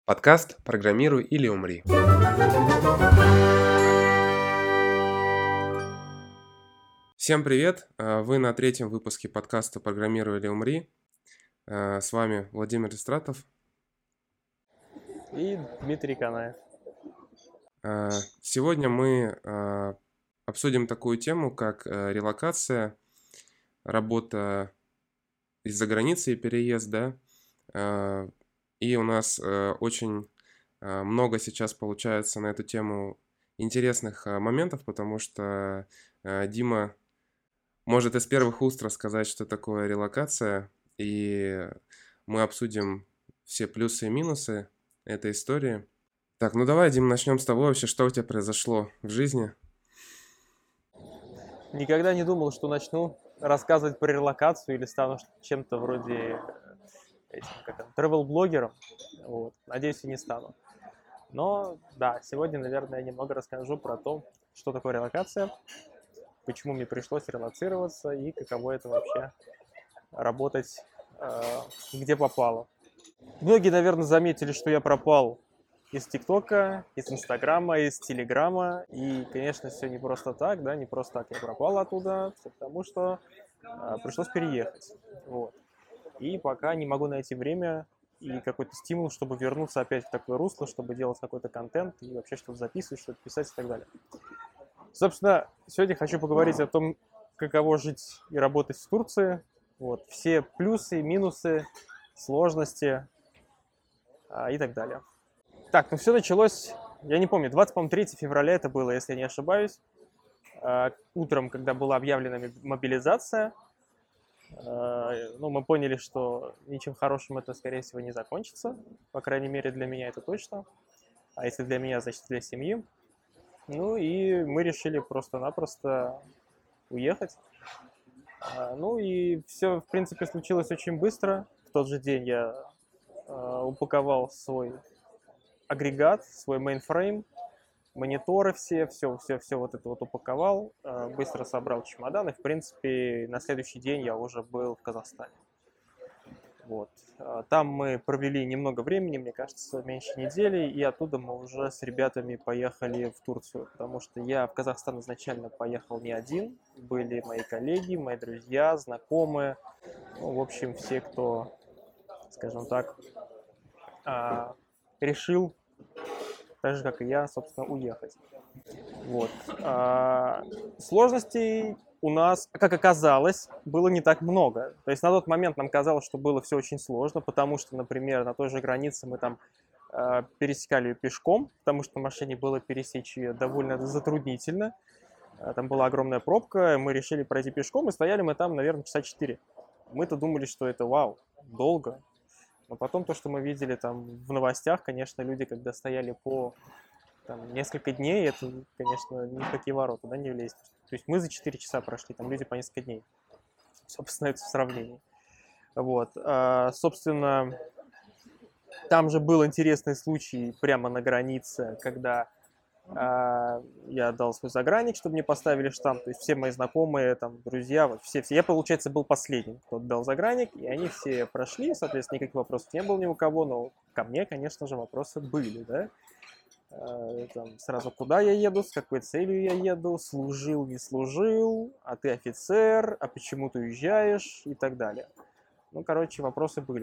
Подкаст «Программируй или умри». Всем привет! Вы на третьем выпуске подкаста «Программируй или умри». С вами Владимир Истратов. И Дмитрий Канаев. Сегодня мы обсудим такую тему, как релокация, работа из-за границы и переезд, да. И у нас очень много сейчас получается на эту тему интересных моментов, потому что Дима может из первых уст рассказать, что такое релокация, и мы обсудим все плюсы и минусы этой истории. Так, ну давай, Дим, начнем с того вообще, что у тебя произошло в жизни. Никогда не думал, что начну рассказывать про релокацию или стану чем-то вроде travel-блогером. Вот. Надеюсь, и не стану. Но да, сегодня, наверное, я немного расскажу про то, что такое релокация, почему мне пришлось релоцироваться и каково это вообще работать где попало. Многие, наверное, заметили, что я пропал из ТикТока, из Инстаграма, из Телеграма. И, конечно, все не просто так, да, не просто так я пропал оттуда, потому что пришлось переехать. Вот. И пока не могу найти время и какой-то стимул, чтобы вернуться опять в такое русло, чтобы делать какой-то контент и вообще что-то записывать, что-то писать и так далее. Собственно, сегодня хочу поговорить о том, каково жить и работать в Турции. Вот. Все плюсы, минусы, сложности и так далее. Так, ну все началось, я не помню, 23 февраля это было, если я не ошибаюсь. Утром, когда была объявлена мобилизация, мы поняли, что ничем хорошим это, скорее всего, не закончится. По крайней мере, для меня это точно. А если для меня, значит, для семьи. Ну и мы решили просто-напросто уехать. Ну и все, в принципе, случилось очень быстро. В тот же день я упаковал свой агрегат, свой мейнфрейм, мониторы все вот это вот упаковал, быстро собрал чемодан, и, в принципе, на следующий день я уже был в Казахстане. Вот. Там мы провели немного времени, мне кажется, меньше недели, и оттуда мы уже с ребятами поехали в Турцию, потому что я в Казахстан изначально поехал не один, были мои коллеги, мои друзья, знакомые, ну, в общем, все, кто, скажем так, решил, так же, как и я, собственно, уехать. Вот. Сложностей у нас, как оказалось, было не так много. То есть на тот момент нам казалось, что было все очень сложно, потому что, например, на той же границе мы там пересекали ее пешком, потому что на машине было пересечь ее довольно затруднительно. Там была огромная пробка, мы решили пройти пешком, и стояли мы там, наверное, часа 4. Мы-то думали, что это вау, долго. Но потом то, что мы видели там в новостях, конечно, люди, когда стояли по несколько дней, это, конечно, ни в какие ворота, да, не влезть. То есть мы за 4 часа прошли, там люди по несколько дней. Собственно, это в сравнении. Вот. Собственно, там же был интересный случай прямо на границе, когда я дал свой загранник, чтобы мне поставили штамп. То есть все мои знакомые, там, друзья, вот все. Я, получается, был последним, кто дал загранник, и они все прошли, соответственно, никаких вопросов не было ни у кого, но ко мне, конечно же, вопросы были, да. Там, сразу куда я еду, с какой целью я еду, служил, не служил, а ты офицер, а почему ты уезжаешь и так далее. Ну, короче, вопросы были.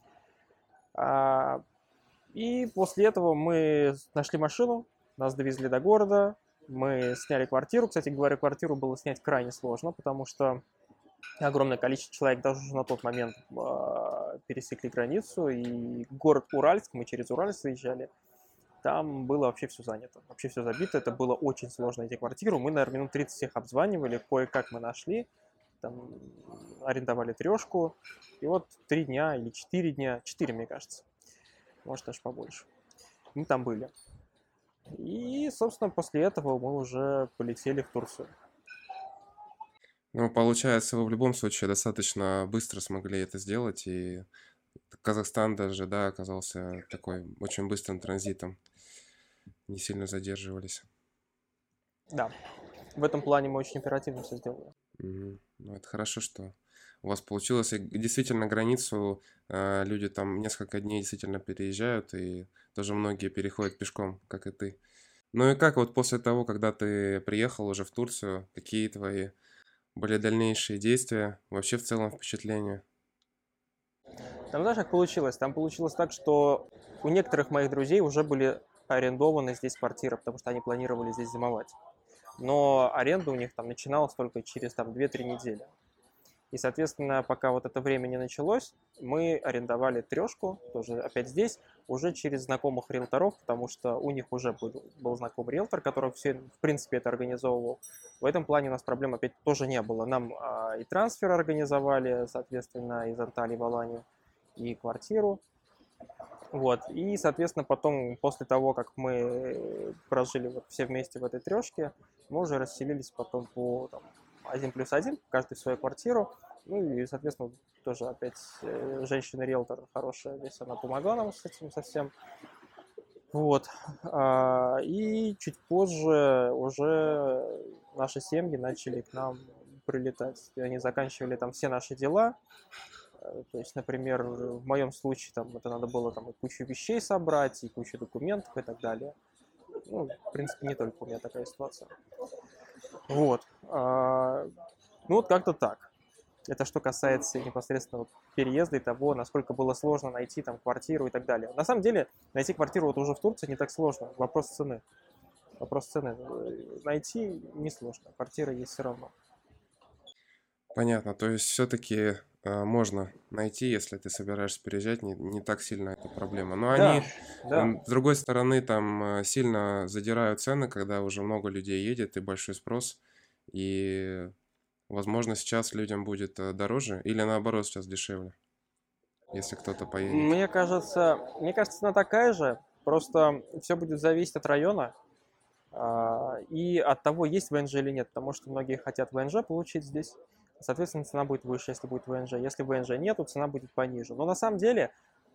И после этого мы нашли машину, нас довезли до города, мы сняли квартиру. Кстати говоря, квартиру было снять крайне сложно, потому что огромное количество человек даже уже на тот момент пересекли границу, и город Уральск, мы через Уральск заезжали, там было вообще все занято, вообще все забито, это было очень сложно найти квартиру. Мы, наверное, минут 30 всех обзванивали, кое-как мы нашли, там, арендовали трешку, и вот 3 дня или 4 дня, 4, мне кажется, может, даже побольше, мы там были. И, собственно, после этого мы уже полетели в Турцию. Ну, получается, вы в любом случае достаточно быстро смогли это сделать, и Казахстан даже, да, оказался такой очень быстрым транзитом. Не сильно задерживались. Да, в этом плане мы очень оперативно все сделали. Ну, это хорошо, что у вас получилось. И действительно, границу люди там несколько дней действительно переезжают, и тоже многие переходят пешком, как и ты. Ну и как вот после того, когда ты приехал уже в Турцию, какие твои были дальнейшие действия, вообще в целом впечатления? Там знаешь, как получилось? Там получилось так, что у некоторых моих друзей уже были арендованы здесь квартиры, потому что они планировали здесь зимовать. Но аренда у них там начиналась только через там 2-3 недели. И, соответственно, пока вот это время не началось, мы арендовали трешку, тоже опять здесь, уже через знакомых риэлторов, потому что у них уже был знакомый риэлтор, который все, в принципе, это организовывал. В этом плане у нас проблем опять тоже не было. Нам и трансфер организовали, соответственно, из Анталии в Аланию, и квартиру. Вот. И, соответственно, потом, после того, как мы прожили вот все вместе в этой трешке, мы уже расселились потом по там, 1+1, каждый в свою квартиру. Ну и, соответственно, тоже опять женщина-риэлтор хорошая здесь, она помогла нам с этим совсем. Вот. И чуть позже уже наши семьи начали к нам прилетать. И они заканчивали там все наши дела. То есть, например, в моем случае там это надо было там и кучу вещей собрать, и кучу документов и так далее. Ну, в принципе, не только у меня такая ситуация. Вот. Ну, вот как-то так. Это что касается непосредственно вот переезда и того, насколько было сложно найти там квартиру и так далее. На самом деле, найти квартиру вот уже в Турции не так сложно. Вопрос цены. Вопрос цены. Найти несложно. Квартира есть все равно. Понятно, то есть все-таки можно найти, если ты собираешься переезжать, не так сильно это проблема. Но Да, они, да. с другой стороны, там сильно задирают цены, когда уже много людей едет и большой спрос. И, возможно, сейчас людям будет дороже или наоборот сейчас дешевле, если кто-то поедет. Мне кажется, она такая же. Просто все будет зависеть от района. И от того, есть ВНЖ или нет, потому что многие хотят ВНЖ получить здесь. Соответственно, цена будет выше, если будет ВНЖ. Если ВНЖ нету, цена будет пониже. Но на самом деле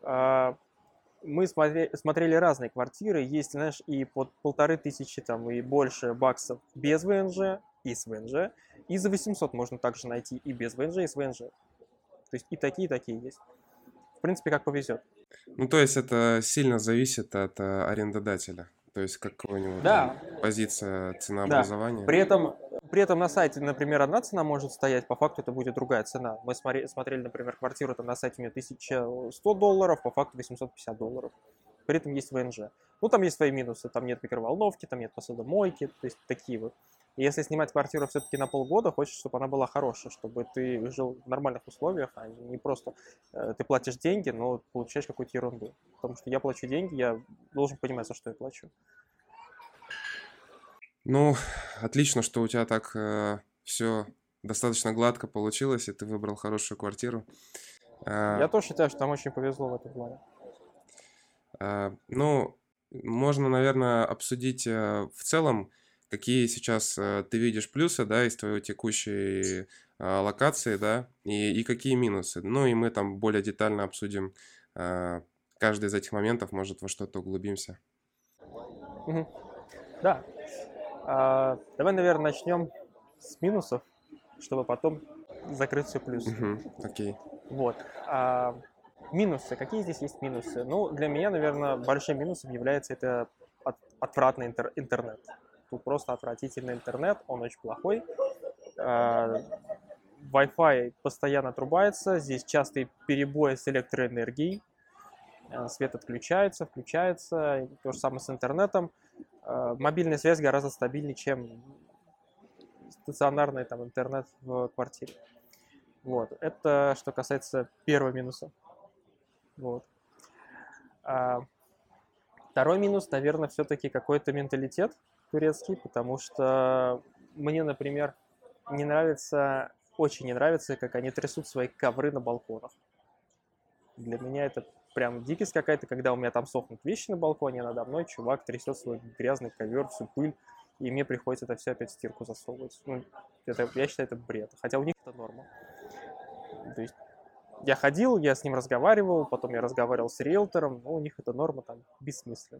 мы смотрели разные квартиры. Есть, знаешь, и под 1500 там, и больше баксов без ВНЖ и с ВНЖ. И за 800 можно также найти и без ВНЖ, и с ВНЖ. То есть и такие есть. В принципе, как повезет. Ну, то есть это сильно зависит от арендодателя, то есть какого у него там Да, позиция да. ценообразования. При этом на сайте, например, одна цена может стоять, по факту это будет другая цена. Мы смотрели, например, квартиру, там на сайте у нее $1100, по факту $850. При этом есть ВНЖ. Ну, там есть свои минусы, там нет микроволновки, там нет посудомойки, то есть такие вот. И если снимать квартиру все-таки на полгода, хочешь, чтобы она была хорошая, чтобы ты жил в нормальных условиях, а не просто ты платишь деньги, но получаешь какую-то ерунду. Потому что я плачу деньги, я должен понимать, за что я плачу. Ну, отлично, что у тебя так все достаточно гладко получилось, и ты выбрал хорошую квартиру. Я А, тоже считаю, что нам очень повезло в этом плане. Ну, можно, наверное, обсудить в целом, какие сейчас ты видишь плюсы, да, из твоей текущей локации, да, и какие минусы. Ну, и мы там более детально обсудим а, каждый из этих моментов, может, во что-то углубимся. Мгм. Да. Давай, наверное, начнем с минусов, чтобы потом закрыть все плюсы. Мгм, окей. Вот. Минусы. Какие здесь есть минусы? Ну, для меня, наверное, большим минусом является это отвратный интернет. Тут просто отвратительный интернет, он очень плохой. А, Wi-Fi постоянно отрубается, здесь частые перебои с электроэнергией, свет отключается, включается, то же самое с интернетом. Мобильная связь гораздо стабильнее, чем стационарный там интернет в квартире. Вот. Это что касается первого минуса. Вот. А Второй минус, наверное, все-таки какой-то менталитет турецкий, потому что мне, например, очень не нравится, как они трясут свои ковры на балконах. Для меня это прям дикость какая-то, когда у меня там сохнут вещи на балконе, а надо мной чувак трясет свой грязный ковер, всю пыль, и мне приходится это все опять в стирку засовывать. Ну, я считаю, это бред. Хотя у них это норма. То есть я ходил, я с ним разговаривал, потом я разговаривал с риэлтором, но у них это норма там бессмысленно.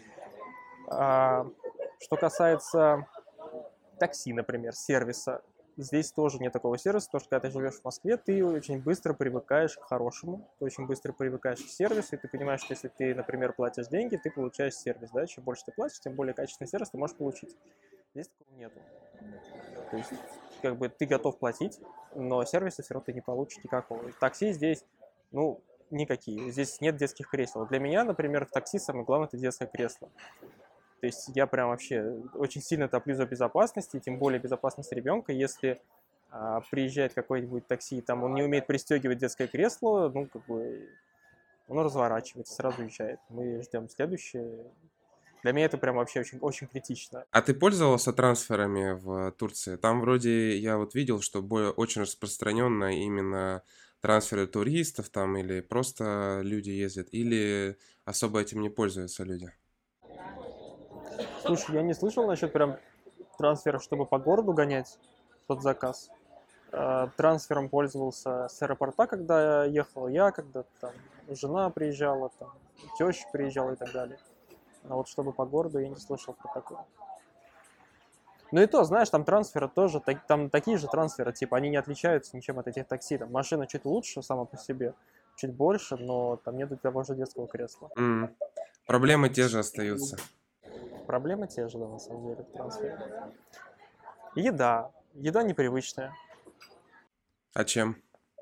Что касается такси, например, сервиса, здесь тоже нет такого сервиса, потому что когда ты живешь в Москве, ты очень быстро привыкаешь к хорошему, ты очень быстро привыкаешь к сервису, и ты понимаешь, что если ты, например, платишь деньги, ты получаешь сервис, да, чем больше ты платишь, тем более качественный сервис ты можешь получить. Здесь такого нету. То есть, как бы ты готов платить, но сервиса все равно ты не получишь никакого. И такси здесь, ну, никакие. Здесь нет детских кресел. Для меня, например, в такси самое главное — это детское кресло. То есть я прям вообще очень сильно топлю за безопасность, и тем более безопасность ребенка. Если приезжает какой-нибудь такси, там он не умеет пристегивать детское кресло, ну, как бы он разворачивается, сразу уезжает. Мы ждем следующее. Для меня это прям вообще очень, очень критично. А ты пользовался трансферами в Турции? Там вроде я вот видел, что очень распространенно именно трансферы туристов там или просто люди ездят, или особо этим не пользуются люди. Слушай, я не слышал насчет прям трансферов, чтобы по городу гонять под заказ. Трансфером пользовался с аэропорта, когда ехал я, когда там жена приезжала, там теща приезжала и так далее. А вот чтобы по городу, я не слышал про такое. Ну и то, знаешь, там трансферы тоже, там такие же трансферы, типа, они не отличаются ничем от этих такси. Там машина чуть лучше сама по себе, чуть больше, но там нету того же детского кресла. Проблемы те же остаются. Проблемы те же, да, на самом деле, в трансфере. Еда. Еда непривычная. А чем?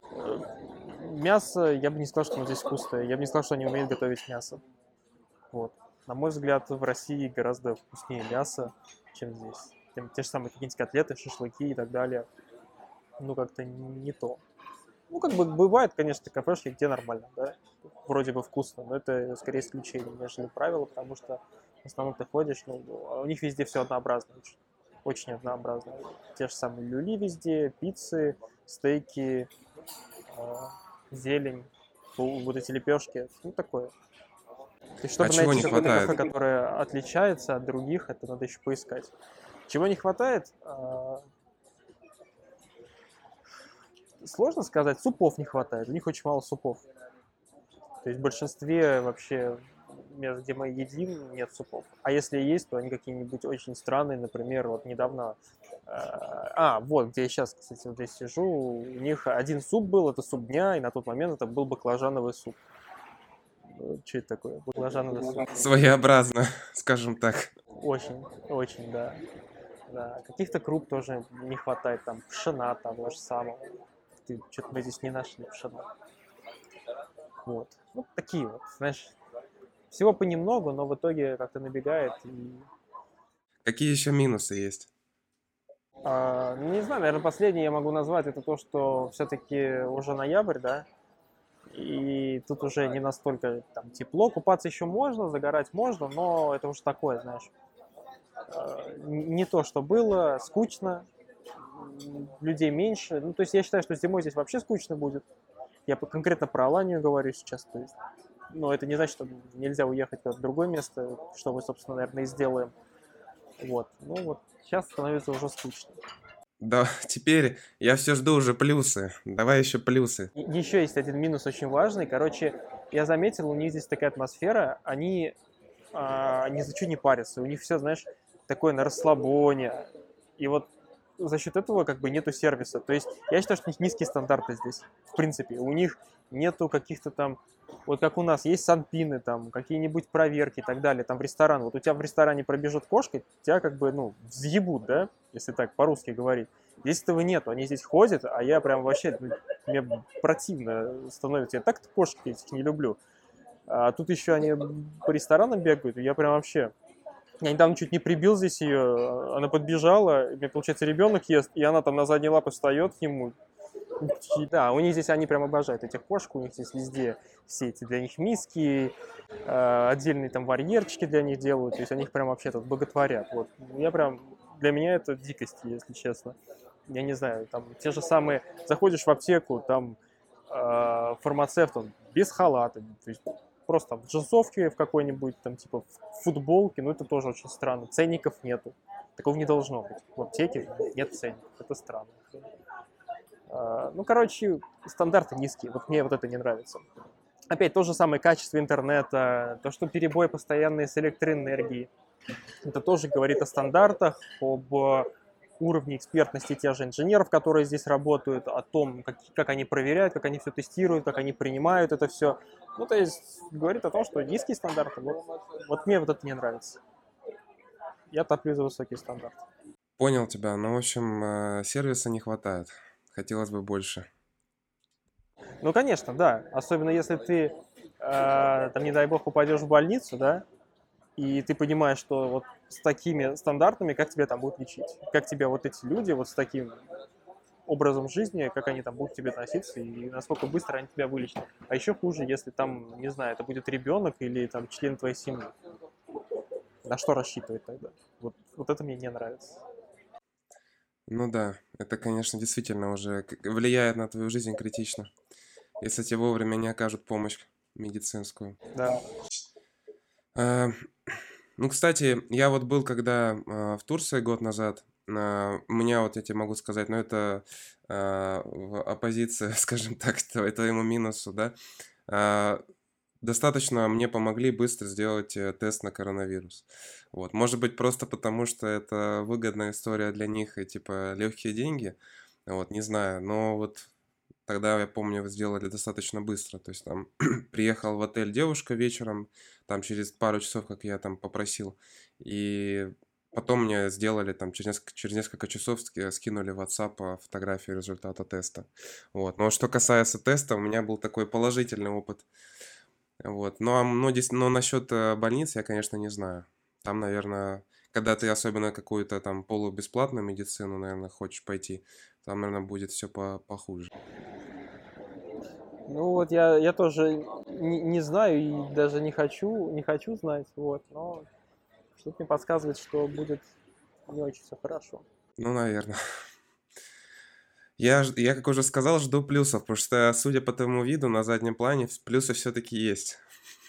Мясо, я бы не сказал, что оно здесь вкусное. Я бы не сказал, что они умеют готовить мясо. Вот. На мой взгляд, в России гораздо вкуснее мясо, чем здесь. Те же самые какие-нибудь котлеты, шашлыки и так далее. Ну, как-то не то. Ну, как бы бывает, конечно, кафешки, где нормально, да, вроде бы вкусно, но это скорее исключение, нежели правило, потому что в основном ты ходишь, ну, у них везде все однообразно, очень, очень однообразно. Те же самые люли везде, пиццы, стейки, зелень, вот эти лепешки, ну, такое. То есть, А чтобы чего найти не какое-то хватает? кафе, которое отличается от других, это надо еще поискать. Чего не хватает? Сложно сказать, супов не хватает, у них очень мало супов. То есть в большинстве вообще мест, где мы едим, нет супов. А если есть, то они какие-нибудь очень странные, например, вот недавно... вот, где я сейчас, кстати, вот здесь сижу, у них один суп был, это суп дня, и на тот момент это был баклажановый суп. Что это такое? Баклажановый суп. Своеобразно, скажем так. Очень, очень, да. Да, каких-то круп тоже не хватает, там, пшена того же самого. Что-то мы здесь не нашли пшена. Вот. Ну, такие вот, знаешь, всего понемногу, но в итоге как-то набегает. Какие еще минусы есть? Ну, не знаю, наверное, последнее я могу назвать, это то, что все-таки уже ноябрь, да, и тут уже не настолько там тепло, купаться еще можно, загорать можно, но это уже такое, знаешь, не то, что было, скучно, людей меньше. Ну, то есть я считаю, что зимой здесь вообще скучно будет. Я конкретно про Аланию говорю сейчас, то есть, но это не значит, что нельзя уехать в другое место, что мы, собственно, наверное, и сделаем. Вот. Ну вот, сейчас становится уже скучно. Да, теперь я все жду уже плюсы. Давай еще плюсы. Еще есть один минус очень важный. Короче, я заметил, у них здесь такая атмосфера, они ни за что не парятся. У них все, знаешь, такое на расслабоне. И вот за счет этого как бы нету сервиса. То есть я считаю, что у них низкие стандарты здесь. В принципе, у них нету каких-то там, вот как у нас есть санпины, там, какие-нибудь проверки и так далее, там в ресторан. Вот у тебя в ресторане пробежит кошка, тебя как бы, ну, взъебут, да, если так по-русски говорить. Здесь этого нету, они здесь ходят, а я прям вообще, мне противно становится. Я так кошек этих не люблю. А тут еще они по ресторанам бегают, и я прям вообще... Я недавно чуть не прибил здесь ее, она подбежала, мне, получается, ребенок ест, и она там на задние лапы встает к нему. Да, у них здесь, они прям обожают этих кошек, у них здесь везде все эти для них миски, отдельные там вольерчики для них делают, то есть они их прям вообще тут боготворят. Вот. Я прям, для меня это дикость, если честно. Я не знаю, там те же самые, заходишь в аптеку, там фармацевт, он без халата, то есть просто там в джинсовке в какой-нибудь, там типа в футболке, ну это тоже очень странно. Ценников нету. Такого не должно быть. В аптеке нет ценников. Это странно. Ну, короче, стандарты низкие. Вот мне вот это не нравится. Опять то же самое качество интернета, то, что перебои постоянные с электроэнергией. Это тоже говорит о стандартах, об уровне экспертности тех же инженеров, которые здесь работают, о том, как они проверяют, как они все тестируют, как они принимают это все. Ну, то есть говорит о том, что низкие стандарты, вот мне вот это не нравится. Я топлю за высокие стандарты. Понял тебя. Ну, в общем, сервиса не хватает. Хотелось бы больше. Ну, конечно, да. Особенно если ты, там, не дай бог, попадешь в больницу, да, и ты понимаешь, что вот с такими стандартами, как тебя там будут лечить, как тебя вот эти люди вот с таким образом жизни, как они там будут к тебе относиться и насколько быстро они тебя вылечат. А еще хуже, если там, не знаю, это будет ребенок или там член твоей семьи. На что рассчитывать тогда? Вот это мне не нравится. Ну да, это, конечно, действительно уже влияет на твою жизнь критично, если тебе вовремя не окажут помощь медицинскую. Да. Ну, кстати, я вот был когда в Турции год назад. У меня вот, я тебе могу сказать, но это в оппозиции, скажем так, твоему минусу, да. А, Достаточно мне помогли быстро сделать тест на коронавирус. Вот. Может быть, просто потому, что это выгодная история для них и типа легкие деньги. Вот, не знаю. Но вот тогда, я помню, сделали достаточно быстро. То есть там приехал в отель девушка вечером, там через пару часов, как я там попросил. И потом мне сделали там через несколько часов скинули в WhatsApp фотографию результата теста. Вот. Но что касается теста, у меня был такой положительный опыт. Вот. Но насчет больниц я, конечно, не знаю. Там, наверное, когда ты особенно какую-то там полубесплатную медицину, наверное, хочешь пойти, там, наверное, будет все похуже. Ну вот я тоже не знаю и даже не хочу знать, вот, но что-то мне подсказывает, что будет не очень все хорошо. Ну, наверное. Я, как уже сказал, жду плюсов, потому что, судя по тому виду, на заднем плане плюсы все-таки есть.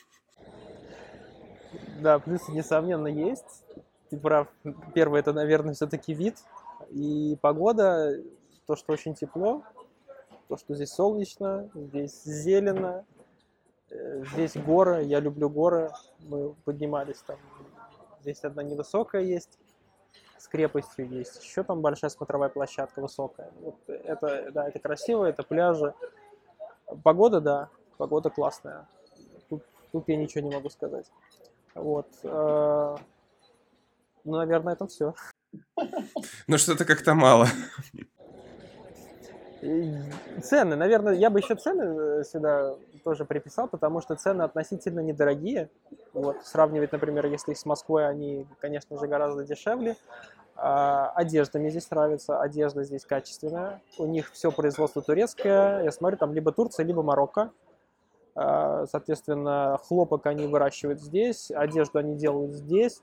Да, плюсы, несомненно, есть. Ты прав. Первый это, наверное, все-таки вид и погода. То, что очень тепло, то, что здесь солнечно, здесь зелено, здесь горы. Я люблю горы. Мы поднимались там. Здесь одна невысокая есть, с крепостью есть. Еще там большая смотровая площадка высокая. Вот это, да, это красиво, это пляжи. Погода, да, погода классная. Тут я ничего не могу сказать. Вот. Ну, наверное, это все. Но что-то как-то мало. Цены, наверное, я бы еще цены сюда тоже приписал, потому что цены относительно недорогие. Вот, сравнивать, например, если их с Москвой, они, конечно же, гораздо дешевле. Одежда мне здесь нравится, одежда здесь качественная. У них все производство турецкое. Я смотрю, там либо Турция, либо Марокко. Соответственно, хлопок они выращивают здесь, одежду они делают здесь.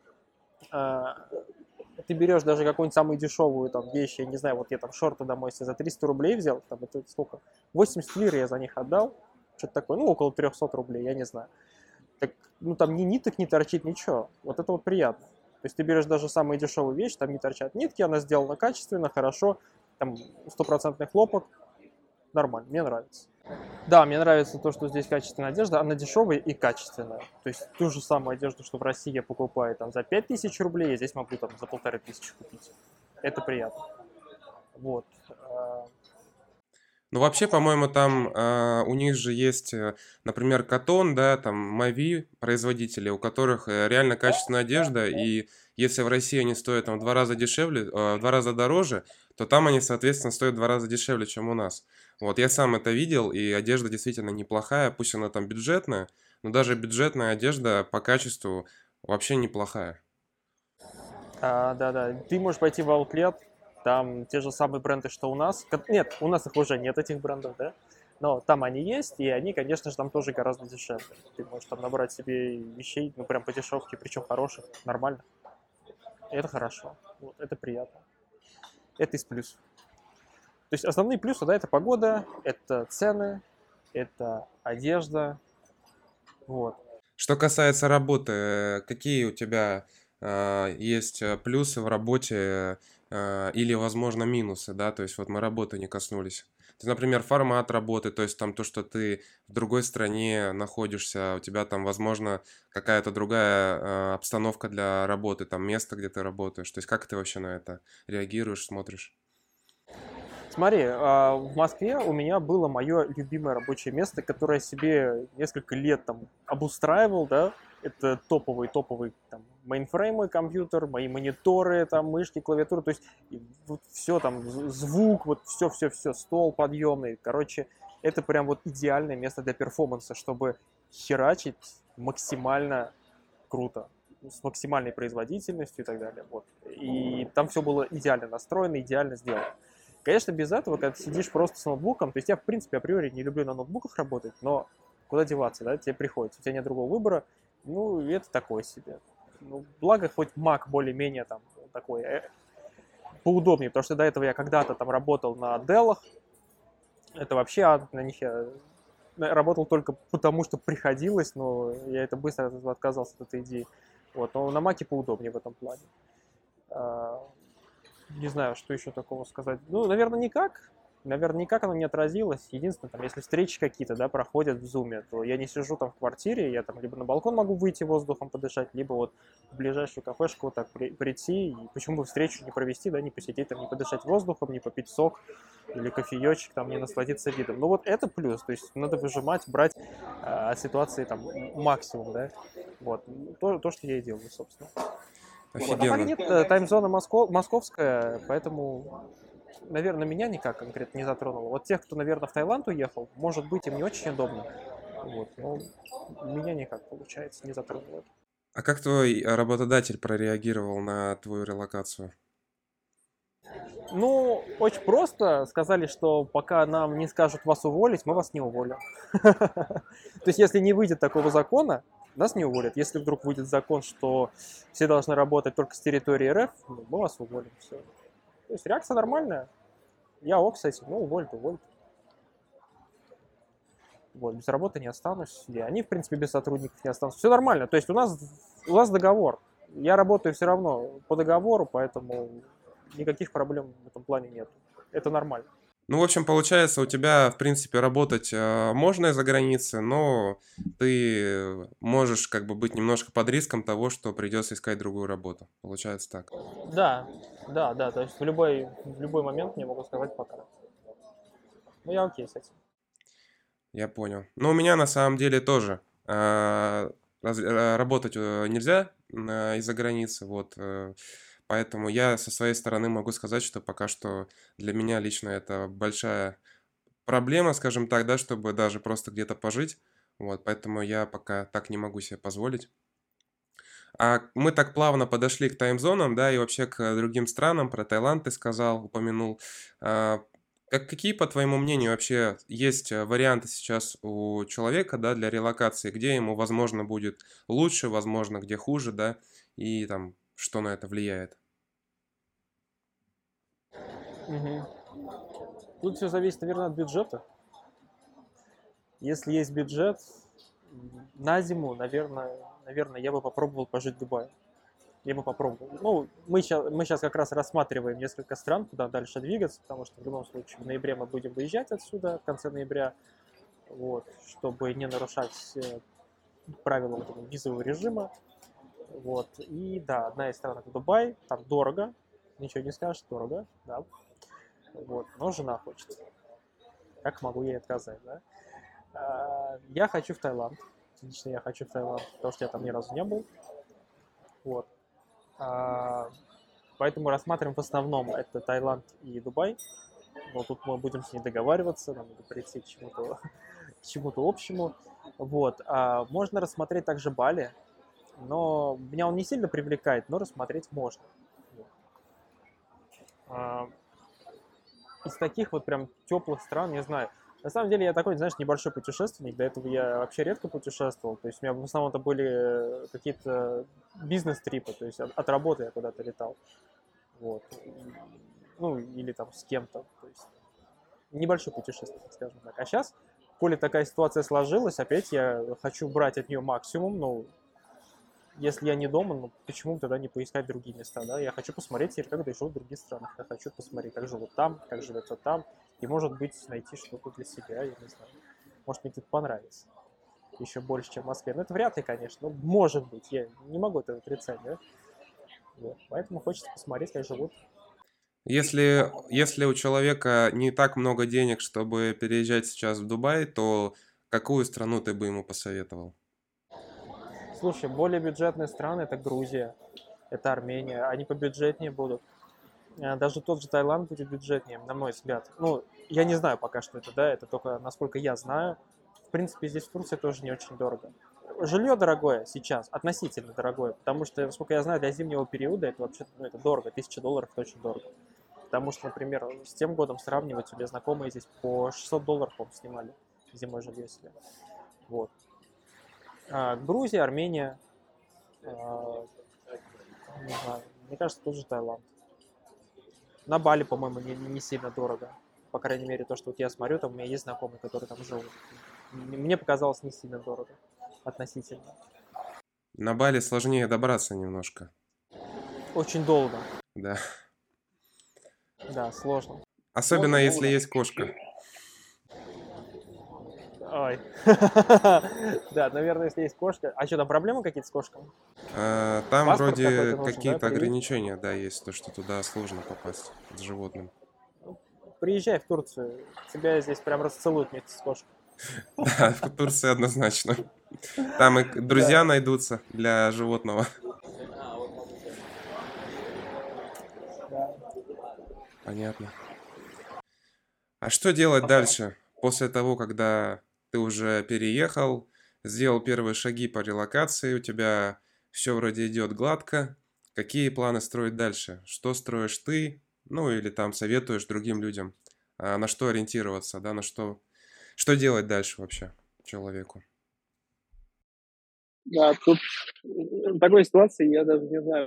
Ты берешь даже какую-нибудь самую дешевую там вещь, я не знаю, вот я там шорты домой себе за 300 рублей взял, там это сколько? 80 лир я за них отдал, что-то такое, ну, около 300 рублей, я не знаю. Так, ну, там ни ниток не торчит, ничего. Вот это вот приятно. То есть ты берешь даже самую дешевую вещь, там не торчат нитки, она сделана качественно, хорошо, там стопроцентный хлопок, нормально, мне нравится. Да, мне нравится то, что здесь качественная одежда, она дешевая и качественная. То есть ту же самую одежду, что в России я покупаю там за 5000 рублей, я здесь могу там за 1500 купить. Это приятно. Вот. Ну, вообще, по-моему, там у них же есть, например, Катон, да, там Мави, производители, у которых реально качественная одежда, и если в России они стоят там в 2 раза дешевле, в 2 раза дороже, то там они, соответственно, стоят в 2 раза дешевле, чем у нас. Вот, я сам это видел, и одежда действительно неплохая, пусть она там бюджетная, но даже бюджетная одежда по качеству вообще неплохая. Да-да, ты можешь пойти в Outlet, там те же самые бренды, что у нас. Нет, у нас их уже нет, этих брендов, да? Но там они есть, и они, конечно же, там тоже гораздо дешевле. Ты можешь там набрать себе вещей, ну, прям по дешевке, причем хороших, нормально. Это хорошо, вот, это приятно. Это из плюсов. То есть основные плюсы, да, это погода, это цены, это одежда, вот. Что касается работы, какие у тебя есть плюсы в работе или, возможно, минусы, да? То есть вот мы работы не коснулись. Например, формат работы, то есть там то, что ты в другой стране находишься, у тебя там, возможно, какая-то другая обстановка для работы, там место, где ты работаешь. То есть как ты вообще на это реагируешь, смотришь? Смотри, в Москве у меня было мое любимое рабочее место, которое я себе несколько лет там обустраивал, да. Это топовый там мейнфреймовый компьютер, мои мониторы, там мышки, клавиатура, то есть вот все там, звук, вот все, стол подъемный. Короче, это прям вот идеальное место для перформанса, чтобы херачить максимально круто, с максимальной производительностью и так далее. Вот. И там все было идеально настроено, идеально сделано. Конечно, без этого, когда ты сидишь просто с ноутбуком, то есть я, в принципе, априори не люблю на ноутбуках работать, но куда деваться, да, тебе приходится, у тебя нет другого выбора, ну, и это такое себе. Ну, благо, хоть Mac более-менее там такой поудобнее, потому что до этого я когда-то там работал на Dell, это вообще на них я работал только потому, что приходилось, но я это быстро отказался от этой идеи. Вот, но на Маке поудобнее в этом плане. Не знаю, что еще такого сказать. Ну, наверное, никак. Наверное, никак оно не отразилось. Единственное, там, если встречи какие-то, да, проходят в зуме, то я не сижу там в квартире, я там либо на балкон могу выйти воздухом подышать, либо вот в ближайшую кафешку вот так прийти, и почему бы встречу не провести, да, не посидеть там, не подышать воздухом, не попить сок или кофеечек, там, не насладиться видом. Ну, вот это плюс, то есть надо выжимать, брать от ситуации там максимум, да, вот, то, что я и делаю, собственно. Вот. А так Офигенно. нет, таймзона московская, поэтому, наверное, меня никак конкретно не затронуло. Вот тех, кто, наверное, в Таиланд уехал, может быть, им не очень удобно. Вот, но меня никак, получается, не затронуло. А как твой работодатель прореагировал на твою релокацию? Ну, очень просто. Сказали, что пока нам не скажут вас уволить, мы вас не уволим. То есть, если не выйдет такого закона, нас не уволят. Если вдруг выйдет закон, что все должны работать только с территории РФ, ну, мы вас уволим. Все. То есть реакция нормальная. Я ок с этим, ну, уволят, уволят. Вот, без работы не останусь. И они, в принципе, без сотрудников не останутся. Все нормально. То есть у нас договор. Я работаю все равно по договору, поэтому никаких проблем в этом плане нет. Это нормально. Ну, в общем, получается, у тебя, в принципе, работать можно из-за границы, но ты можешь как бы быть немножко под риском того, что придется искать другую работу. Получается так. Да, да. То есть в любой момент мне могут сказать пока. Ну, я окей с этим. Я понял. Но у меня на самом деле тоже работать нельзя из-за границы, вот. Поэтому я со своей стороны могу сказать, что пока что для меня лично это большая проблема, скажем так, да, чтобы даже просто где-то пожить. Вот, поэтому я пока так не могу себе позволить. А мы так плавно подошли к таймзонам, да, и вообще к другим странам. Про Таиланд ты сказал, упомянул. А, какие, по твоему мнению, вообще есть варианты сейчас у человека, да, для релокации, где ему, возможно, будет лучше, возможно, где хуже, да, и там, что на это влияет? Мгм. Тут все зависит, наверное, от бюджета. Если есть бюджет, на зиму, наверное, я бы попробовал пожить в Дубае. Я бы попробовал. Ну, мы сейчас как раз рассматриваем несколько стран, куда дальше двигаться, потому что в любом случае в ноябре мы будем выезжать отсюда, в конце ноября, вот, чтобы не нарушать правила вот этого визового режима. Вот. И да, одна из стран это Дубай, там дорого, ничего не скажешь, дорого, да. Вот. Но жена хочет. Как могу ей отказать, да? Я хочу в Таиланд. Лично я хочу в Таиланд, потому что я там ни разу не был. Вот. А, Поэтому рассматриваем в основном это Таиланд и Дубай. Но тут мы будем с ней договариваться, нам надо прийти к чему-то, к чему-то общему. Вот. Можно рассмотреть также Бали, но меня он не сильно привлекает, но рассмотреть можно. Вот. А, Из таких вот прям теплых стран, не знаю. На самом деле я такой, знаешь, небольшой путешественник. До этого я вообще редко путешествовал. То есть у меня в основном это были какие-то бизнес-трипы. То есть от работы я куда-то летал. Вот. Ну, или там с кем-то. То есть небольшой путешественник, скажем так. А сейчас, коли такая ситуация сложилась, опять я хочу брать от нее максимум. Ну, если я не дома, ну почему бы тогда не поискать другие места, да? Я хочу посмотреть, как живут в других странах. Я хочу посмотреть, как живут там, как живется там. И, может быть, найти что-то для себя, я не знаю. Может, мне где-то понравится. Еще больше, чем в Москве. Но это вряд ли, конечно. Но может быть. Я не могу это отрицать, да? Вот. Поэтому хочется посмотреть, как живут. Если у человека не так много денег, чтобы переезжать сейчас в Дубай, то какую страну ты бы ему посоветовал? Слушай, более бюджетные страны — это Грузия, это Армения. Они побюджетнее будут. Даже тот же Таиланд будет бюджетнее, на мой взгляд. Ну, я не знаю пока, что это, да, это только насколько я знаю. В принципе, здесь в Турции тоже не очень дорого. Жилье дорогое сейчас, относительно дорогое, потому что, насколько я знаю, для зимнего периода это вообще, ну, это дорого, $1000 это очень дорого. Потому что, например, с тем годом сравнивать, у меня знакомые здесь по $600, по-моему, снимали зимой жилье себе. Вот. Грузия, Армения, не знаю, мне кажется, тоже Таиланд. На Бали, по-моему, не сильно дорого. По крайней мере, то, что вот я смотрю, там у меня есть знакомые, которые там живут. Мне показалось не сильно дорого относительно. На Бали сложнее добраться немножко. Очень долго. Да. Да, сложно. Особенно если есть кошка. Ой. Да, наверное, если есть кошка. А что, там проблемы какие-то с кошками? Там Паспорт вроде какой-то нужен, да, какие-то предъявить? ограничения, да, есть, то, что туда сложно попасть с животным. Приезжай в Турцию, тебя здесь прям расцелуют вместе с кошкой. Да, в Турции однозначно. Там и Да. друзья найдутся для животного. Понятно. А что делать дальше, после того, когда ты уже переехал, сделал первые шаги по релокации, у тебя все вроде идет гладко? Какие планы строить дальше? Что строишь ты? Ну, или там советуешь другим людям, на что ориентироваться, да, на что делать дальше вообще человеку? Да, тут в такой ситуации я даже не знаю,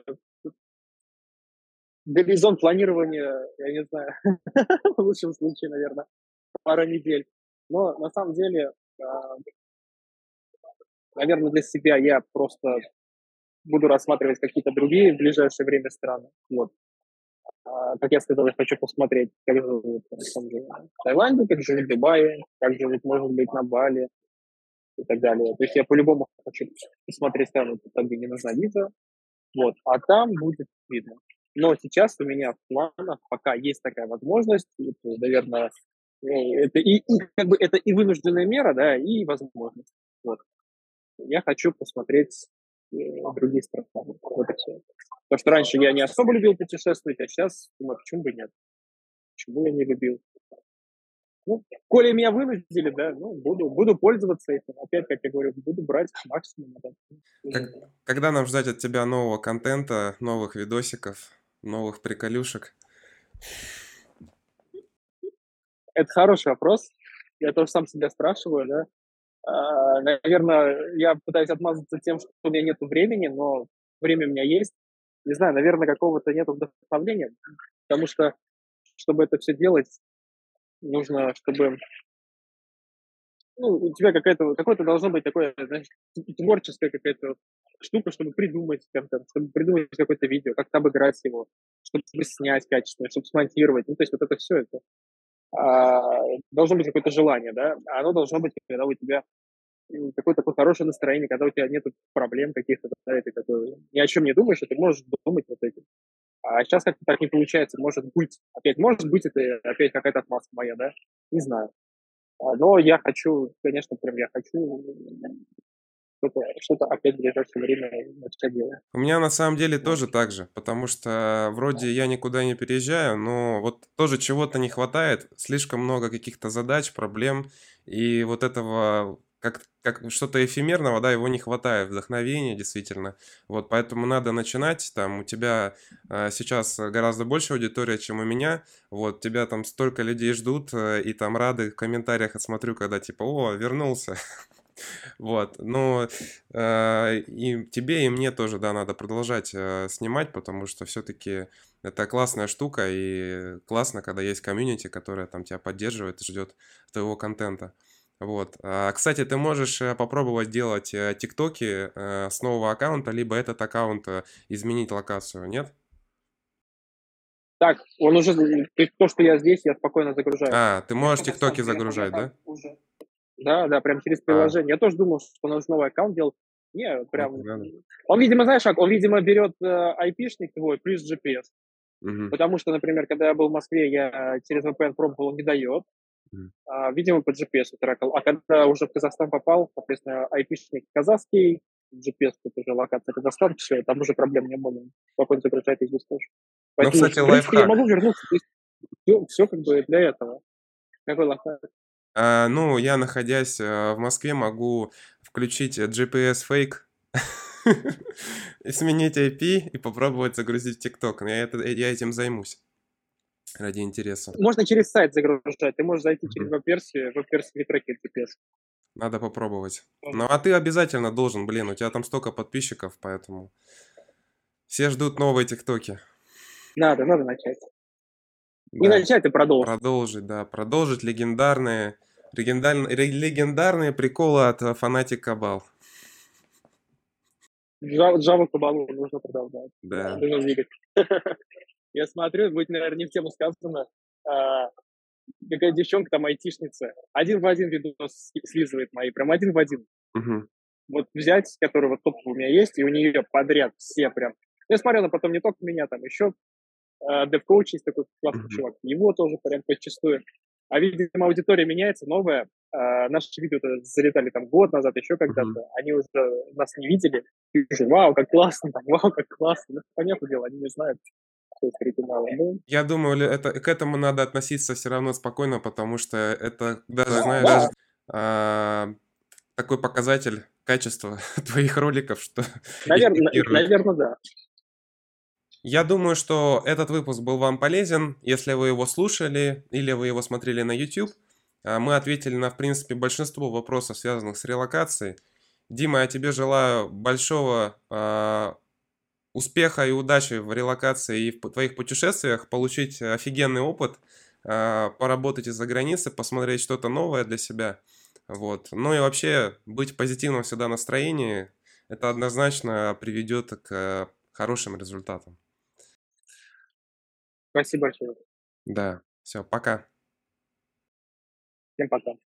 горизонт планирования, я не знаю, в лучшем случае, наверное, пара недель. Но на самом деле, наверное, для себя я просто буду рассматривать какие-то другие в ближайшее время страны. Вот. Как я сказал, я хочу посмотреть, как живут там, в том же Таиланде, как живут в Дубае, как живут, может быть, на Бали и так далее. То есть я по-любому хочу посмотреть страну, где не нужна виза, вот, а там будет видно. Но сейчас у меня в планах пока есть такая возможность, это, наверное, это как бы это и вынужденная мера, да, и возможность. Вот. Я хочу посмотреть другие страны. Вот и все. Потому что раньше я не особо любил путешествовать, а сейчас думаю, почему бы нет? Почему я не любил? Ну, коли меня вынудили, да, ну, буду пользоваться этим. Опять, как я говорю, буду брать максимум. Да. Как- Когда нам ждать от тебя нового контента, новых видосиков, новых приколюшек? Это хороший вопрос. Я тоже сам себя спрашиваю, да. Наверное, я пытаюсь отмазаться тем, что у меня нет времени, но время у меня есть. Не знаю, наверное, какого-то нет вдохновения, потому что, чтобы это все делать, нужно, чтобы ну, у тебя какое-то должно быть такое, знаешь, творческая какая-то штука, чтобы придумать контент, чтобы придумать какое-то видео, как-то обыграть его, чтобы снять качественно, чтобы смонтировать. Ну, то есть вот это все, это должно быть какое-то желание, да, а оно должно быть, когда у тебя какое-то такое хорошее настроение, когда у тебя нет проблем каких-то, да, и ты такой ни о чем не думаешь, и ты можешь думать вот этим. А сейчас как-то так не получается. Может быть, это опять какая-то отмазка моя, да? Не знаю. Но я хочу, конечно, прям я хочу что-то опять в ближайшее время начать делать. У меня на самом деле Вот. тоже так же, потому что вроде я никуда не переезжаю, но вот тоже чего-то не хватает, слишком много каких-то задач, проблем, и вот этого как что-то эфемерного, да, его не хватает, вдохновения действительно. Вот поэтому надо начинать, там у тебя сейчас гораздо больше аудитория, чем у меня, вот тебя там столько людей ждут и там рады в комментариях отсмотрю, когда типа, о, вернулся. Вот, но и тебе, и мне тоже, да, надо продолжать снимать, потому что все-таки это классная штука, и классно, когда есть комьюнити, которая там тебя поддерживает и ждет твоего контента. Вот. Кстати, ты можешь попробовать делать тиктоки с нового аккаунта, либо этот аккаунт изменить локацию, нет? Так, он уже, то есть то, что я здесь, я спокойно загружаю. Ты можешь тиктоки загружать, да? Да, да, прям через А, приложение. Я тоже думал, что нужно новый аккаунт делать. Не, ну прям... тогда да. Он, видимо, знаешь как, он, видимо, берет IP-шник твой плюс GPS. Мгм, Потому что, например, когда я был в Москве, я через VPN пробовал, он не дает. мгм. Видимо, по GPS трекал. А когда уже в Казахстан попал, соответственно, IP-шник казахский, GPS, тут уже локация Казахстан, все, там уже проблем не было. Спокойно загружает и здесь тоже. Ну, Поэтому, кстати, в принципе, я лайфхак. могу вернуться. То есть все как бы для этого. Какой лайфхак? Ну, я, находясь в Москве, могу включить GPS фейк, и сменить IP и попробовать загрузить ТикТок. Но я этим займусь ради интереса. Можно через сайт загружать. Ты можешь зайти через Мгм. веб-версию, веб-версию не трекает GPS. Надо попробовать. Тоже Ну, а ты обязательно должен, блин, у тебя там столько подписчиков, поэтому все ждут новые ТикТоки. надо начать. Не Да, начать, а продолжить. продолжить, да, продолжить легендарные приколы от Фанатик Кабал. Java кабалу нужно продолжать. Да, Да. нужно двигать. Я смотрю, будет, наверное, не в тему сказано. а, Какая девчонка там айтишница. Один в один видос слизывает мои. Прям один в один. Мгм. Вот взять, который вот топ у меня есть, и у нее подряд все прям. Я смотрю, она потом не только меня, там еще дев-коуч есть такой классный Мгм. чувак. Его тоже прям подчастую. А, видимо, аудитория меняется, новая. Наши видео залетали там год назад, еще Мгм. когда-то. Они уже нас не видели. И уже, вау, как классно, там, вау, как классно. Ну, понятное дело, они не знают, что есть оригинал. Ну, Я думаю, к этому надо относиться все равно спокойно, потому что это даже, знаешь, да, а, такой показатель качества твоих роликов, что их наверное, пикируют. наверное, да. Я думаю, что этот выпуск был вам полезен, если вы его слушали или вы его смотрели на YouTube. Мы ответили на, в принципе, большинство вопросов, связанных с релокацией. Дима, я тебе желаю большого успеха и удачи в релокации и в твоих путешествиях, получить офигенный опыт, поработать из-за границы, посмотреть что-то новое для себя. Вот. Ну и вообще быть в позитивном всегда настроении, это однозначно приведет к хорошим результатам. Спасибо большое. Да, все, пока. Всем пока.